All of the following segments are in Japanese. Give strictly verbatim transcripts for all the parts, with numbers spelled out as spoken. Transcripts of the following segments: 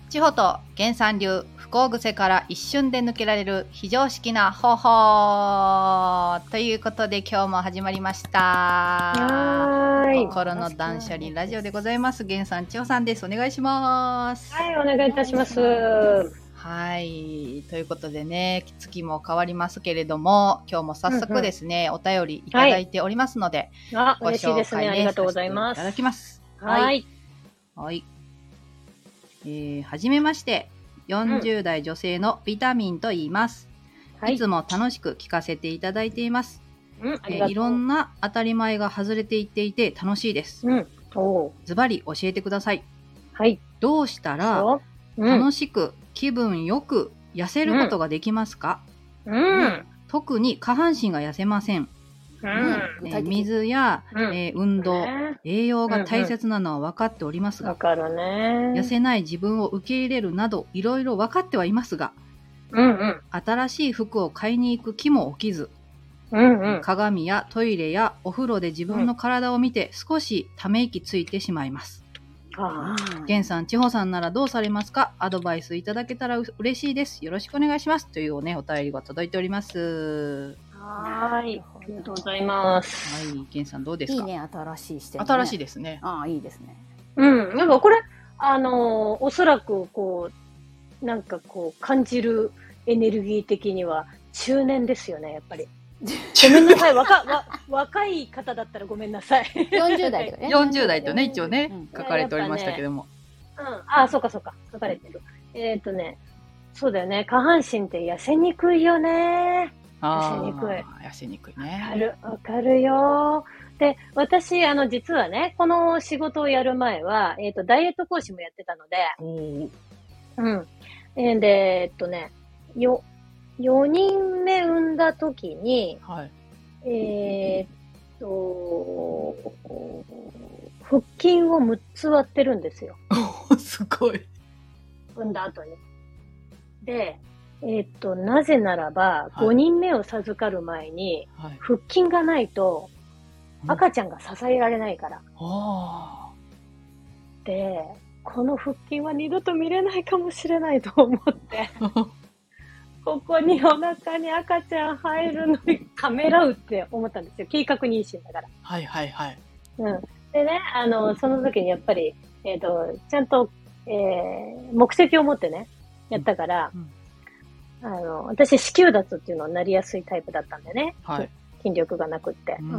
千穂と原産流不幸癖から一瞬で抜けられる非常識な方法ということで今日も始まりました。 はーい。 心の断捨離ラジオでございます。原さん、千穂さんです。お願いします。 はい、お願いいたします。 はい、ということでね、月も変わりますけれども、今日も早速ですね、うんうん、お便りいただいておりますので、 はい、あ、 ご紹介、ね、 嬉しいですね。ありがとうございます。 いただきます。 はい。 はい。えー、はじめまして、よんじゅう代女性のビタミンと言います。うん、いつも楽しく聞かせていただいています。うん、えー、いろんな当たり前が外れていっていて楽しいです。うん、おズバリ教えてください。はい。どうしたら楽しく気分よく痩せることができますか？うんうん、特に下半身が痩せません。うんえー、水や、うんえー、運動、ね、栄養が大切なのは分かっておりますが、 分かるね、 痩せない自分を受け入れるなどいろいろ分かってはいますが、うんうん、新しい服を買いに行く気も起きず、うんうん、鏡やトイレやお風呂で自分の体を見て少しため息ついてしまいます。源さん、千穂さんならどうされますか？アドバイスいただけたら嬉しいです。よろしくお願いします。というね、お便りが届いております。 はい、ありがとうございます。 はい、源さんどうですか？ いいね、新しい視点、ね。 新しいですね。 ああ、いいですね。 うん、なんかこれ、あのー、おそらくこう、なんかこう、感じるエネルギー的には中年ですよね、やっぱり。ごめんなさい、若、わ、若い方だったらごめんなさい。 よんじゅう代とかね。 よんじゅう代とね、一応ね、うん、書かれておりましたけども。 ね、うん、ああ、そうかそうか、書かれてる。えっ、ー、とね、そうだよね、下半身って痩せにくいよね。痩せにくい。 痩せにくいね。 わかる、わかるよ。で、私、あの、実はね、この仕事をやる前は、えっ、ー、と、ダイエット講師もやってたので、うん。えー、で、えっとね、よ、よにんめ産んだ時に、はい、えー、っと、腹筋をむっつ割ってるんですよ。 すごい。 産んだ後に。で、えー、っと、なぜならば、はい、ごにんめを授かる前に、はい、腹筋がないと、赤ちゃんが支えられないから。うん、で、この腹筋は二度と見れないかもしれないと思って、ここにお腹に赤ちゃん入るのにためらうって思ったんですよ。計画妊娠だから。 はいはいはい。 うん。でね、あの、その時にやっぱり、えっと、ちゃんと、えー、目的を持ってね、やったから、うんうん、あの、私、子宮脱っていうのになりやすいタイプだったんでね。はい。筋力がなくって。うん、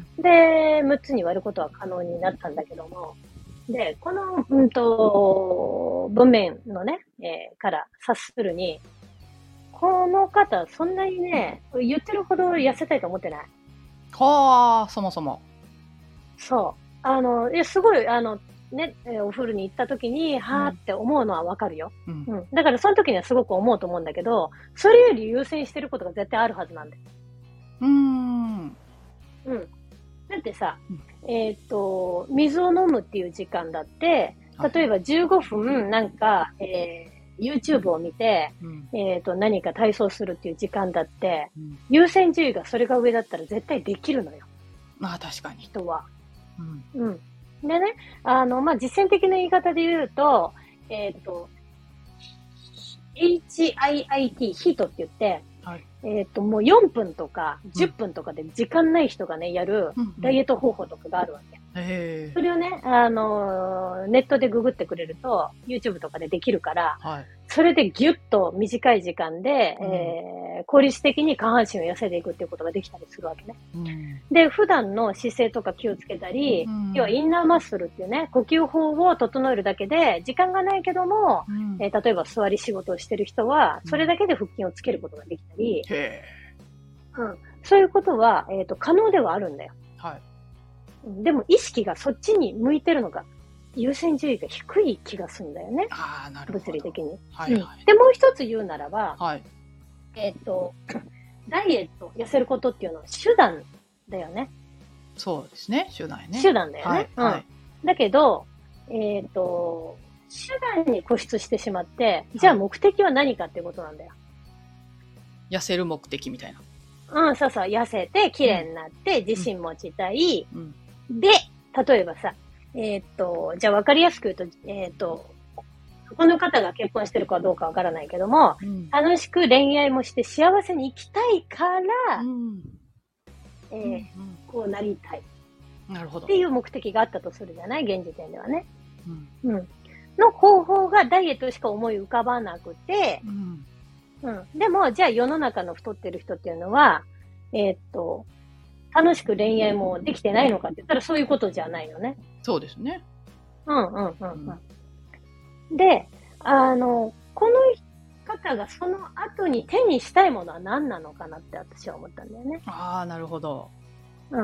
で、むっつに割ることは可能になったんだけども、で、この、うんと、文面のね、えー、から察するに、この方、そんなにね、言ってるほど痩せたいと思ってない。 はあ、そもそも。 そう。あの、いや、すごい、あの、ね、お風呂に行った時に、はーって思うのはわかるよ、うんうん。だからその時にはすごく思うと思うんだけど、それより優先してることが絶対あるはずなんだよ。 うーん。 うん。だってさ、うん、えっと、水を飲むっていう時間だって、例えばじゅうごふんなんか、えーYouTube を見て、うん、えっと、何か体操するっていう時間だって、うん、優先順位がそれが上だったら絶対できるのよ。 まあ確かに。 人は。うん。うん。でね、あの、まあ、実践的な言い方で言うと、えっと、エイチアイアイティー、ヒートって言って、はい、えっと、もうよんぷんとかじゅっぷんとかで時間ない人がね、やるダイエット方法とかがあるわけ。へそれをね、あのー、ネットでググってくれると、YouTube とかでできるから、はい、それでギュッと短い時間で、うんえー、効率的に下半身を痩せていくっていうことができたりするわけね。うん、で、普段の姿勢とか気をつけたり、うん、要はインナーマッスルっていうね、呼吸法を整えるだけで、時間がないけども、うんえー、例えば座り仕事をしてる人は、それだけで腹筋をつけることができたり、うんうん、そういうことは、えーと、可能ではあるんだよ。はいでも意識がそっちに向いてるのが優先順位が低い気がするんだよね。 ああ、なるほど。 物理的に。 はいはい、 うん。で、もう一つ言うならば、 はい、 えっと、ダイエット、痩せることっていうのは手段だよね。 そうですね、手段ね。 手段だよね。はいはい、 うん。だけど、えっと、手段に固執してしまって、じゃあ目的は何かっていうことなんだよ。 痩せる目的みたいな。 うん、そうそう、痩せて、綺麗になって、うん、自信持ちたい。うんで、例えばさ、えー、っと、じゃあ分かりやすく言うと、えー、っと、 この方が結婚してるかどうかわからないけども、うん、楽しく恋愛もして幸せに生きたいから、うんえーうんうん、こうなりたい。 なるほど。 っていう目的があったとするじゃない？現時点ではね。うん。うん、の方法がダイエットしか思い浮かばなくて、うんうん、でも、じゃあ世の中の太ってる人っていうのは、えー、っと、楽しく恋愛もできてないのかって言ったらそういうことじゃないのね。 そうですね。 うんうんうんうん。うん、で、あの、この方がその後に手にしたいものは何なのかなって私は思ったんだよね。 ああ、なるほど。 うん。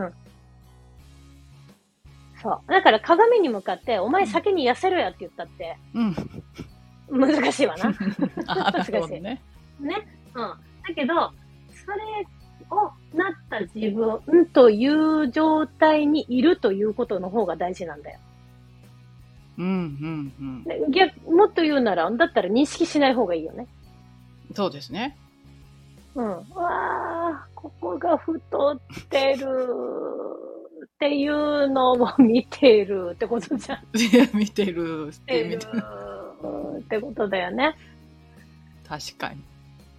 そう。だから鏡に向かって、お前先に痩せろやって言ったって、うん、難しいわな。難しい。ね。ね。うん。だけど、それをなった自分という状態にいるということの方が大事なんだよ。 うんうんうん。 逆、もっと言うなら、だったら認識しない方がいいよね。 そうですね。 うん。わあ、ここが太ってるっていうのを見てるってことじゃん。 いや、見てるって見てるってことだよね。 確かに。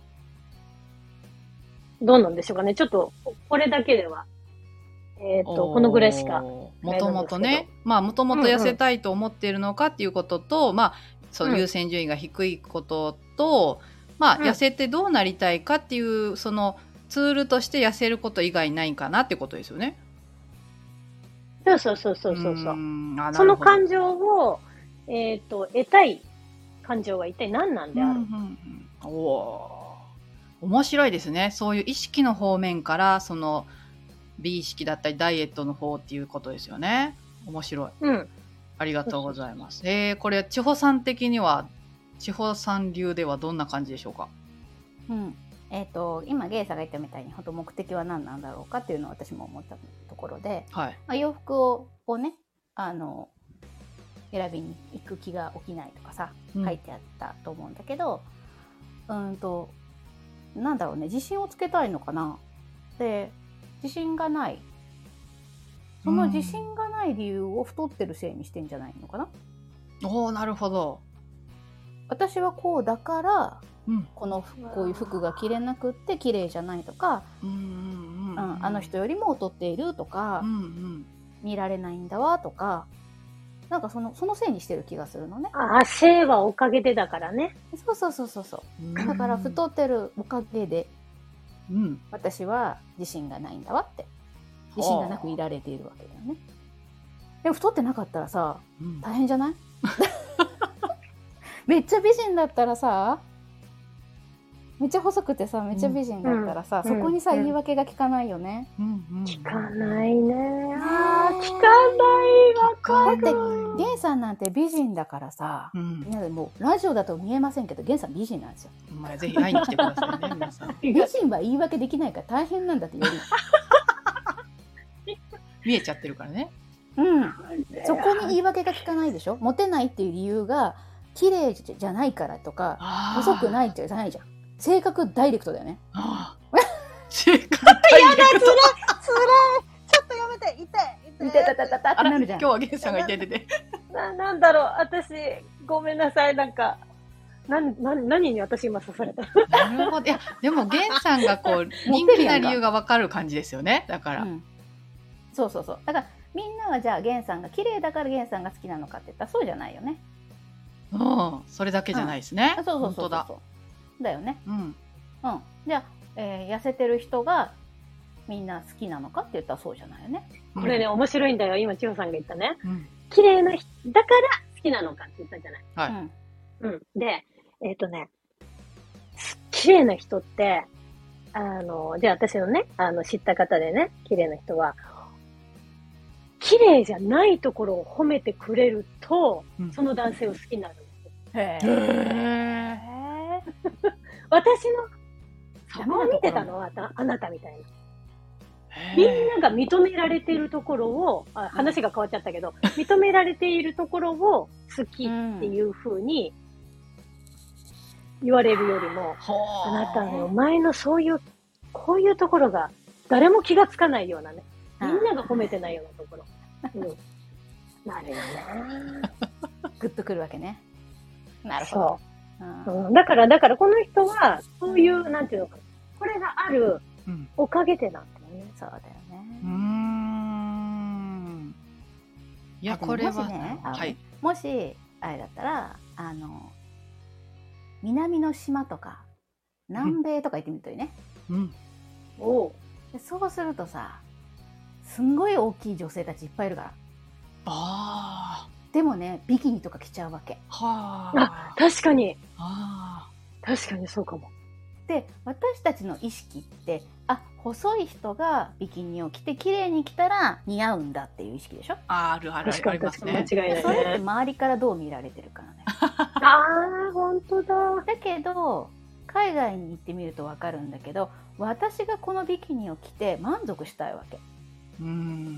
どうなんでしょうかね。ちょっと、これだけでは。えっと、このぐらいしか。 もともとね、まあ、もともと痩せたいと思っているのかっていうことと、うんうん、まあ、その優先順位が低いことと、うん、まあ、痩せてどうなりたいかっていう、そのツールとして痩せること以外ないかなってことですよね。 そうそうそうそうそう。うその感情を、えっと、得たい感情は一体何なんである、うんうんうん、おー、面白いですね。そういう意識の方面から、その、美意識だったりダイエットの方っていうことですよね。面白い。 うん。 ありがとうございます。えー、これ千穂さん的には千穂さん流ではどんな感じでしょうか。 うん。えっ、ー、と今ゲイさんが言ったみたいに本当目的は何なんだろうかっていうのを私も思ったところで、 はい。 まあ、洋服ををねあの選びに行く気が起きないとかさ、うん、書いてあったと思うんだけど、うんとなんだろうね、自信をつけたいのかな。で自信がない。その自信がない理由を太ってるせいにしてんじゃないのかな。 おー、なるほど。 私はこうだから、うん、このこういう服が着れなくって綺麗じゃないとか、うんうんうんうん、あの人よりも劣っているとか、うんうん、見られないんだわとか、なんかそのそのせいにしてる気がするのね。 ああ、せいはおかげでだからね。 そうそうそうそうそう。だから太ってるおかげで。うん、私は自信がないんだわって自信がなくいられているわけだよね。でも太ってなかったらさ、うん、大変じゃない？めっちゃ美人だったらさ、めっちゃ細くてさ、めっちゃ美人だったらさ、うん、そこにさ、うん、言い訳が効かないよね。 うんうん、効かないね。あー、効かないわかる。 だってゲンさんなんて美人だからさ、うん、皆でもうラジオだと見えませんけど、ゲンさん美人なんですよ。 まあ、ぜひ会いに来てくださいね、皆さん。 美人は言い訳できないから大変なんだってより。見えちゃってるからね。 うん。そこに言い訳が効かないでしょ。モテないっていう理由が綺麗じゃないからとか、細くないってじゃないじゃん。性格ダイレクトだよね。 性格ダイレクト。 やだ、つらい、つらい。ちょっとやめて、痛い。 痛い、痛い、痛い、痛いってなるじゃん。 今日はゲンさんが痛いてて。 な、なんだろう、私、ごめんなさい、なんか、な、な、何に私今刺された。 なるほど。いや、でもゲンさんがこう、人気な理由がわかる感じですよね。だから、うん。 そうそうそう。だから、みんなはじゃあゲンさんが綺麗だからゲンさんが好きなのかって言ったらそうじゃないよね。 うん、それだけじゃないですね。 うん、そうそうそうそう。本当だ。だよね。うん。うん。じゃあ、えー、痩せてる人がみんな好きなのかって言ったらそうじゃないよね。 これね、面白いんだよ。今、千穂さんが言ったね。うん、綺麗な人だから好きなのかって言ったじゃない。 はい。 うん。で、えっとね、綺麗な人って、あの、じゃあ私のね、あの、知った方でね、綺麗な人は、綺麗じゃないところを褒めてくれると、うん、その男性を好きになるんですよ。へー。私の、そこを見てたのはあなたみたいな。みんなが認められているところを、あ、話が変わっちゃったけど、認められているところを好きっていう風に言われるよりも、あなたの前のそういう、こういうところが誰も気がつかないようなね、みんなが褒めてないようなところ。うん、なるよね。 グッとくるわけね。 なるほど。 そう。うん、だから、だからこの人は、そういう、なんていうのか、これがあるおかげでなんだよね。 そうだよね。 うーん。いや、これは、 もしね、 はい。 もし、あれだったら、あの、南の島とか、南米とか行ってみるといいね。 うん。 おでそうするとさ、すんごい大きい女性たちいっぱいいるから。 ああ。 でもね、ビキニとか着ちゃうわけ。 はあ。あ、確かに。 ああ。 確かにそうかも。 で、私たちの意識って、あ、細い人がビキニを着て綺麗に着たら似合うんだっていう意識でしょ。 あるあるありますね。 間違いないね。 それって周りからどう見られてるからね。 ああ、本当だ。 だけど、海外に行ってみるとわかるんだけど、私がこのビキニを着て満足したいわけ。 うん。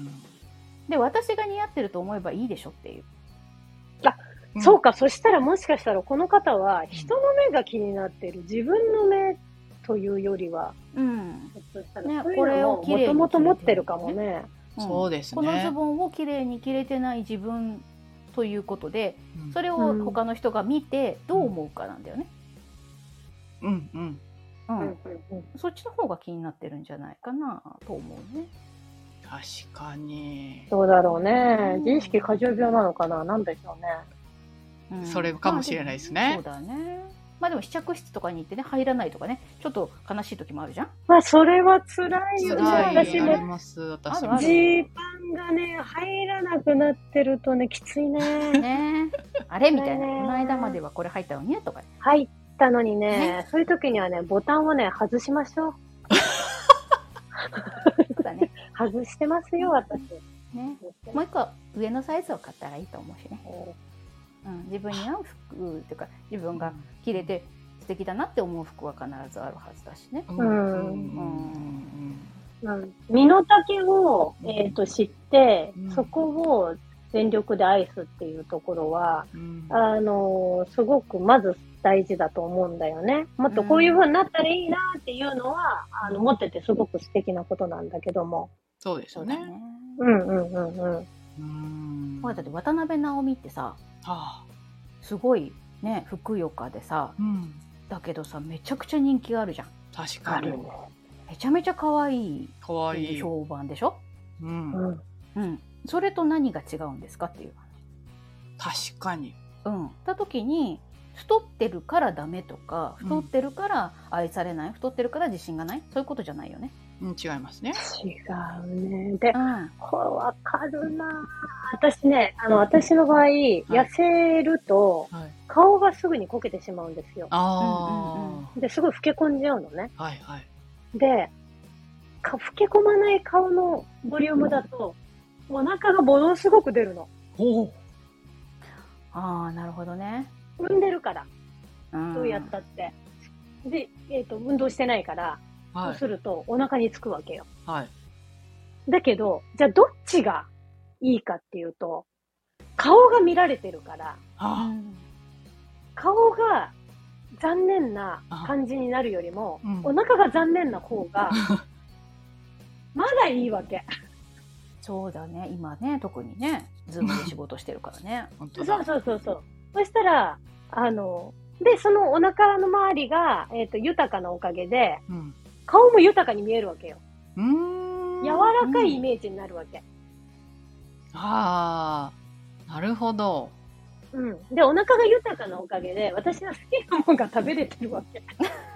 で、私が似合ってると思えばいいでしょっていう。 あ、うん、そうか。そしたらもしかしたらこの方は人の目が気になってる。自分の目というよりは、 うん。 ね、これをもともと持ってるかもね。 うん、そうですね。 このズボンをきれいに着れてない自分ということで、うん、それを他の人が見てどう思うかなんだよね。 うんうんうんうん、そっちの方が気になってるんじゃないかなと思うね。 確かに。 どうだろうね。自意識過剰病なのかな。なんでしょうね。うん、それかもしれないですね。 そうだね。まあでも試着室とかに行ってね、入らないとかね、ちょっと悲しい時もあるじゃん。 まあそれは辛いよね。 私も。あります、私も。 ジーパンがね、入らなくなってるとね、きついね。 ねあれみたいな。この間まではこれ入ったのにとか。 入ったのにね、ねそういう時にはね、ボタンをね、外しましょう。 そうだね。 外してますよ、私。 ね。もう一個、上のサイズを買ったらいいと思うしね。うん、自分に合う服っていうか自分が着れて素敵だなって思う服は必ずあるはずだしね。うんうんうん、身の丈を、えー、と知って、うん、そこを全力で愛すっていうところは、うん、あのすごくまず大事だと思うんだよね。もっとこういう風になったらいいなっていうのは、うん、あの持っててすごく素敵なことなんだけども。 そうですよね。 うんうんうんうん。 うん。だって渡辺直美ってさ。はあ、すごいねふくよかでさ、うん、だけどさめちゃくちゃ人気があるじゃん。 確かにめちゃめちゃ可愛い可愛い評判でしょ。 うんうん、それと何が違うんですかっていう。 確かに。 うんた時に太ってるからダメとか太ってるから愛されない、うん、太ってるから自信がない、そういうことじゃないよね。 うん、違いますね。 違うね。で、うん、これわかるな。私ね、あの、私の場合、はい、痩せると、はい、顔がすぐにこけてしまうんですよ。 あで、すごい老け込んじゃうのね。 はいはい。 で、か老け込まない顔のボリュームだと、お腹がものすごく出るの。 おお。 ああ、なるほどね。 産んでるから。どうやったって。で、えっと、運動してないから、はい、そうするとお腹につくわけよ。 はい。 だけど、じゃあどっちがいいかっていうと、顔が見られてるから、 はあ、 顔が残念な感じになるよりも、うん、お腹が残念な方が、まだいいわけ。 そうだね、今ね、特にね、ズームで仕事してるからね。 そうそうそうそう。そしたら、あの、で、そのお腹の周りが、えっと、豊かなおかげで、うん、顔も豊かに見えるわけよ。 うーん、 柔らかいイメージになるわけ。うん、 ああ、なるほど。 うん。で、お腹が豊かなおかげで、私は好きなものが食べれてるわけ。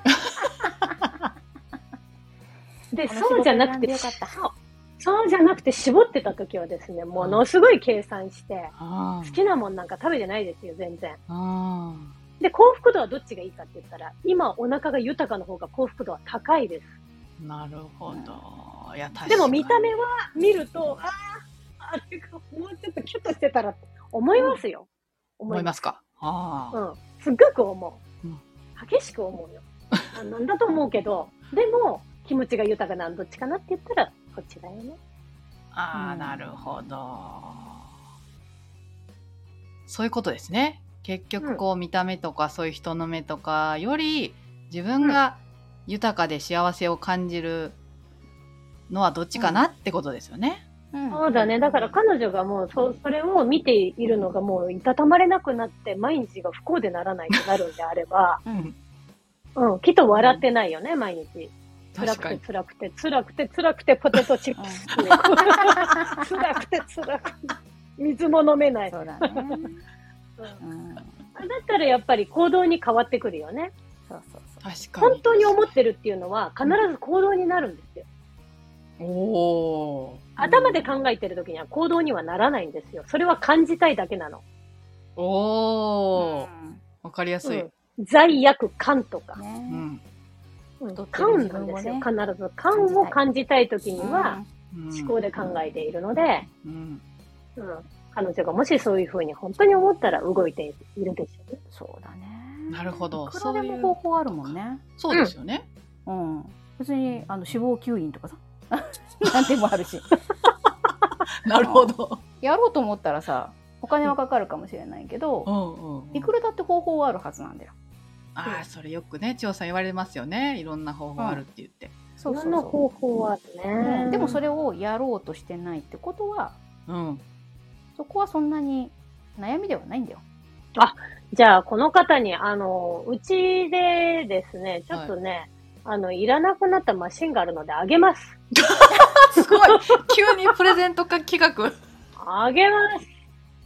で、そうじゃなくて、そう、そうじゃなくて絞ってた時はですね、ものすごい計算して、好きなもんなんか食べてないですよ、全然。で、幸福度はどっちがいいかって言ったら、今お腹が豊かの方が幸福度は高いです。 なるほど。いや、確かに。 でも見た目は見ると、ああ、あれがもうちょっとキュッとしてたらって思いますよ。 うん、思いますか。 ああ。うん。すっごく思う。うん、激しく思うよ。なんだと思うけど、でも気持ちが豊かなどっちかなって言ったら、こっちだよね。 ああ、うん、なるほど。そういうことですね。結局こう見た目とかそういう人の目とかより自分が豊かで幸せを感じるのはどっちかなってことですよね。 そうだね。だから彼女がもうそ、それを見ているのがもういたたまれなくなって毎日が不幸でならないとなるんであれば、うん、うん、きっと笑ってないよね、毎日。辛くて辛くて辛くて辛くてポテトチップス、ね、辛くて辛くて水も飲めない。 そうだね。うん、 だったらやっぱり行動に変わってくるよね。 そうそうそう。 確かに。 本当に思ってるっていうのは必ず行動になるんですよ。 おー。 頭で考えてる時には行動にはならないんですよ。それは感じたいだけなの。 おー。わ、うん、かりやすい。 うん、罪悪感とか。 ね、 うんうん、感なんですよ。ね、必ず感を感じたい時には思考で考えているので、うんうん、彼女がもしそういうふうに本当に思ったら動いているでしょうね。 そうだね。 なるほど。 いくらでも方法あるもんね。 そうですよね。 うん。うん、別にあの脂肪吸引とかさ、なんでもあるし。 なるほど。 やろうと思ったらさ、お金はかかるかもしれないけど、うんうんうん、いくらだって方法はあるはずなんだよ。 ああ、それよくね、千代さん言われますよね。いろんな方法あるって言って。 うん、そうそうそう。いろんな方法はあるね、 うん。でもそれをやろうとしてないってことは、うん、そこはそんなに悩みではないんだよ。 あ、じゃあこの方に、あの、うちでですね、ちょっとね、はい、あの、いらなくなったマシンがあるのであげます。 すごい急にプレゼント企画。 あげます。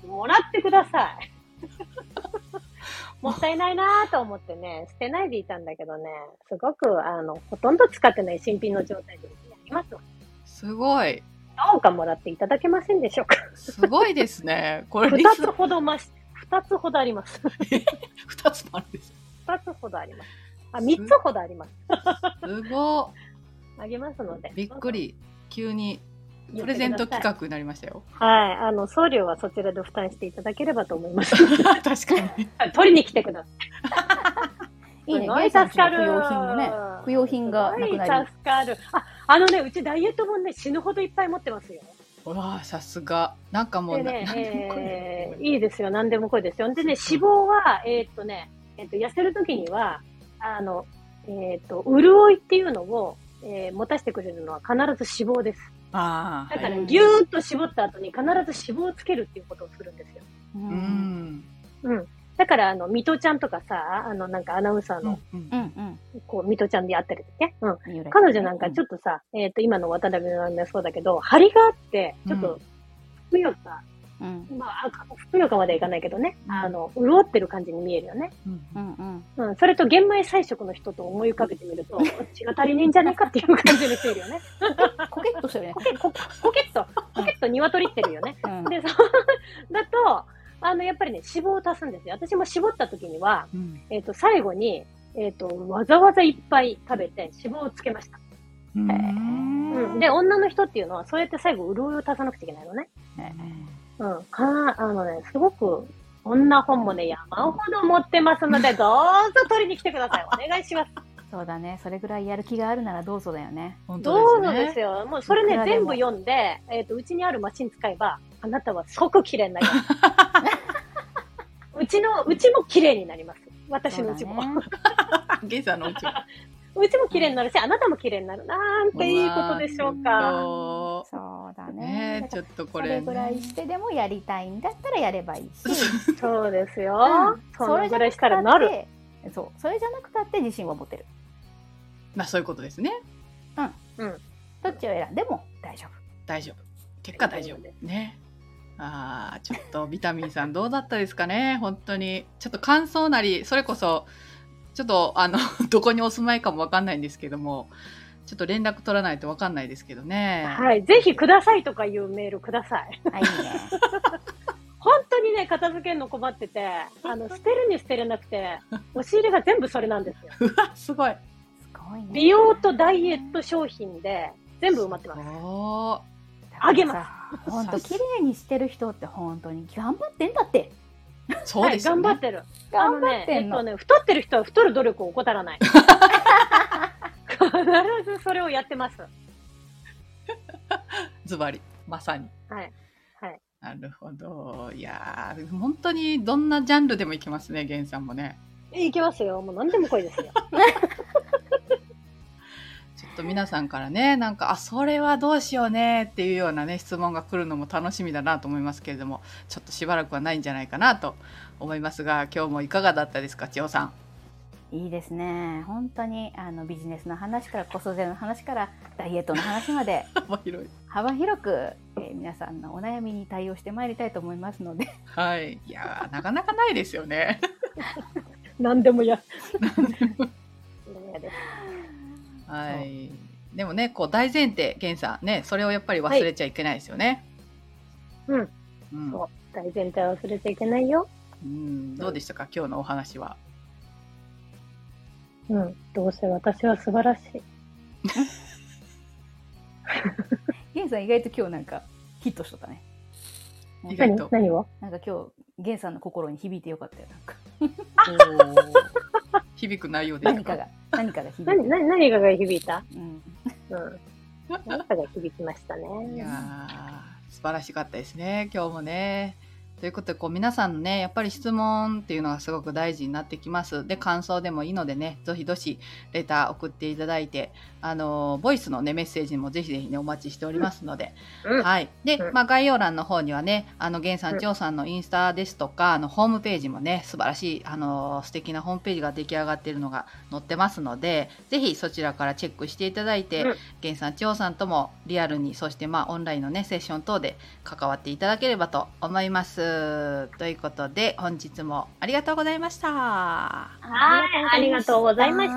もらってください。もったいないなぁと思ってね、捨てないでいたんだけどね、すごく、あの、ほとんど使ってない新品の状態であります。 すごい。 どうかもらっていただけませんでしょうか。 すごいですね。これ二つほどまし、二つほどあります。 二つもあるんです。 二つほどあります。あ、三つほどあります。 すごい。あげますので。 びっくり。急にプレゼント企画になりましたよ。 はい。あの、送料はそちらで負担していただければと思います。 確かに。 取りに来てください。いいね。ゲイさんちの不要品のね、不要品がなくなり。 助かる。あ、あのね、うちダイエット本ね、死ぬほどいっぱい持ってますよ。 わあ、さすが。なんかもう、 ねえー、いいですよ。何でもこいですよ。でね、脂肪は、えー、っとね、えー、っと、痩せるときには、あの、えー、っと、潤いっていうのを、えー、持たせてくれるのは必ず脂肪です。 ああ。 だから、ぎゅーっと絞った後に必ず脂肪をつけるっていうことをするんですよ。 うん。 うん。だから、あの、ミトちゃんとかさ、あの、なんかアナウンサーの、うんうん、こう、ミトちゃんでやったりとかね。うん。彼女なんかちょっとさ、うん、えっと、今の渡辺なんでそうだけど、張りがあって、ちょっと、ふくよか、うん、まあ、ふくよかまではいかないけどね、うん、あの、潤ってる感じに見えるよね。うんうんうん。うん。それと玄米菜食の人と思い浮かべてみると、血が足りねえんじゃねえかっていう感じに見えるよね。 コケッとしてるね。 コケ、ココケット、コケット鶏ってるよね。うん、で、そう、だと、あの、やっぱりね、脂肪を足すんですよ。私も絞った時には、うん、えっと、最後に、えっと、わざわざいっぱい食べて脂肪をつけました。うん、で、女の人っていうのは、そうやって最後、潤いを足さなくちゃいけないのね。うん。か、あのね、すごく、こんな本もね、山ほど持ってますので、どうぞ取りに来てください。お願いします。 そうだね。それぐらいやる気があるならどうぞだよね。 本当ですね。どうぞですよ。もうそれね、全部読んで、えっと、うちにあるマシン使えば、あなたは即綺麗になります。うちの、うちも綺麗になります。私のうちも。 ゲイさんのうちも。 うちも綺麗になるし、あなたも綺麗になる。なんていいことでしょうか。 そうだね。 ね、ちょっとこれ、 ね。それぐらいしてでもやりたいんだったらやればいいし。 そうですよ。うん、それぐらいしたらなる。 そう。それじゃなくたって自信は持てる。 まあそういうことですね。 うん。うん。どっちを選んでも大丈夫。 大丈夫。結果大丈夫。ね。ああ、ちょっとビタミンさんどうだったですかね。本当に。ちょっと感想なり、それこそ、ちょっとあのどこにお住まいかもわかんないんですけども、ちょっと連絡取らないとわかんないですけどね。 はい、ぜひくださいとかいうメールください。 あ、いいね。 本当にね、片付けるの困ってて、あの捨てるに捨てれなくて、押し入れが全部それなんですよ。 うわ、すごい。 すごいね。 美容とダイエット商品で全部埋まってます。あげます。 本当綺麗にしてる人って本当に頑張ってんだって。 そうですよね。 はい、頑張ってる。 頑張ってんの。 あのね、えっとね、太ってる人は太る努力を怠らない。必ずそれをやってます。 ズバリ、まさに。 はい。はい。 なるほど。いやー、本当にどんなジャンルでもいけますね、ゲンさんもね。 いけますよ。もう何でも来いですよ。 ちょっと皆さんからね、なんかあそれはどうしようねっていうようなね質問が来るのも楽しみだなと思いますけれども、ちょっとしばらくはないんじゃないかなと思いますが、今日もいかがだったですか、千代さん。 いいですね。本当にあのビジネスの話から子育ての話からダイエットの話まで幅広い幅広く、えー、皆さんのお悩みに対応してまいりたいと思いますので。 はい。いやなかなかないですよね。 何でもや。 はい。でもね、こう大前提、源さんね、それをやっぱり忘れちゃいけないですよね。 はい、うん。うん、そう。大前提は忘れちゃいけないよ。 うん。どうでしたか、今日のお話は。 うん。どうせ私は素晴らしい。 源さん意外と今日なんかヒットしとったね。 意外と。 何を？ なんか今日源さんの心に響いてよかったよ。なんか。 響く内容でしたか。 何かが何かが響いた。 何何何かが響いた。 うん。 うん。何かが響きましたね。 いやー素晴らしかったですね、今日もね。ということでこう皆さんのねやっぱり質問っていうのがすごく大事になってきます。で感想でもいいのでね、どしどしレター送っていただいて、あのボイスのねメッセージもぜひぜひねお待ちしておりますので、うん、はい。で、うん、まあ概要欄の方にはね、あの源さん千代さんのインスタですとか、あのホームページもね素晴らしいあの素敵なホームページが出来上がっているのが載ってますので、ぜひそちらからチェックしていただいて、うん、源さん千代さんともリアルに、そしてまあオンラインのねセッション等で関わっていただければと思います。ということで本日もありがとうございました。 はい、ありがとうございました。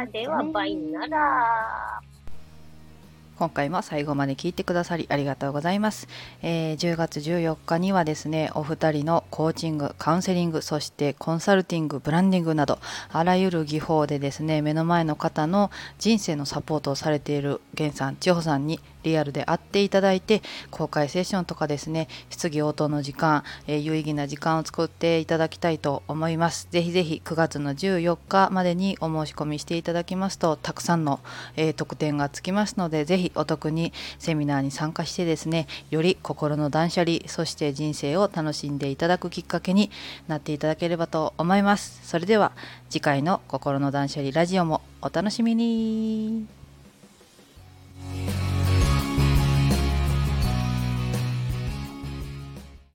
ではバイなら。 今回も最後まで聞いてくださりありがとうございます。えー、じゅうがつじゅうよっかにはですね、お二人のコーチング、カウンセリング、そしてコンサルティング、ブランディングなどあらゆる技法でですね、目の前の方の人生のサポートをされている源さん、千穂さんにリアルで会っていただいて、公開セッションとかですね、質疑応答の時間、えー、有意義な時間を作っていただきたいと思います。ぜひぜひくがつのじゅうよっかまでにお申し込みしていただきますと、たくさんの、えー、特典がつきますので、ぜひお得にセミナーに参加してですね、より心の断捨離、そして人生を楽しんでいただくきっかけになっていただければと思います。それでは次回の心の断捨離ラジオもお楽しみに。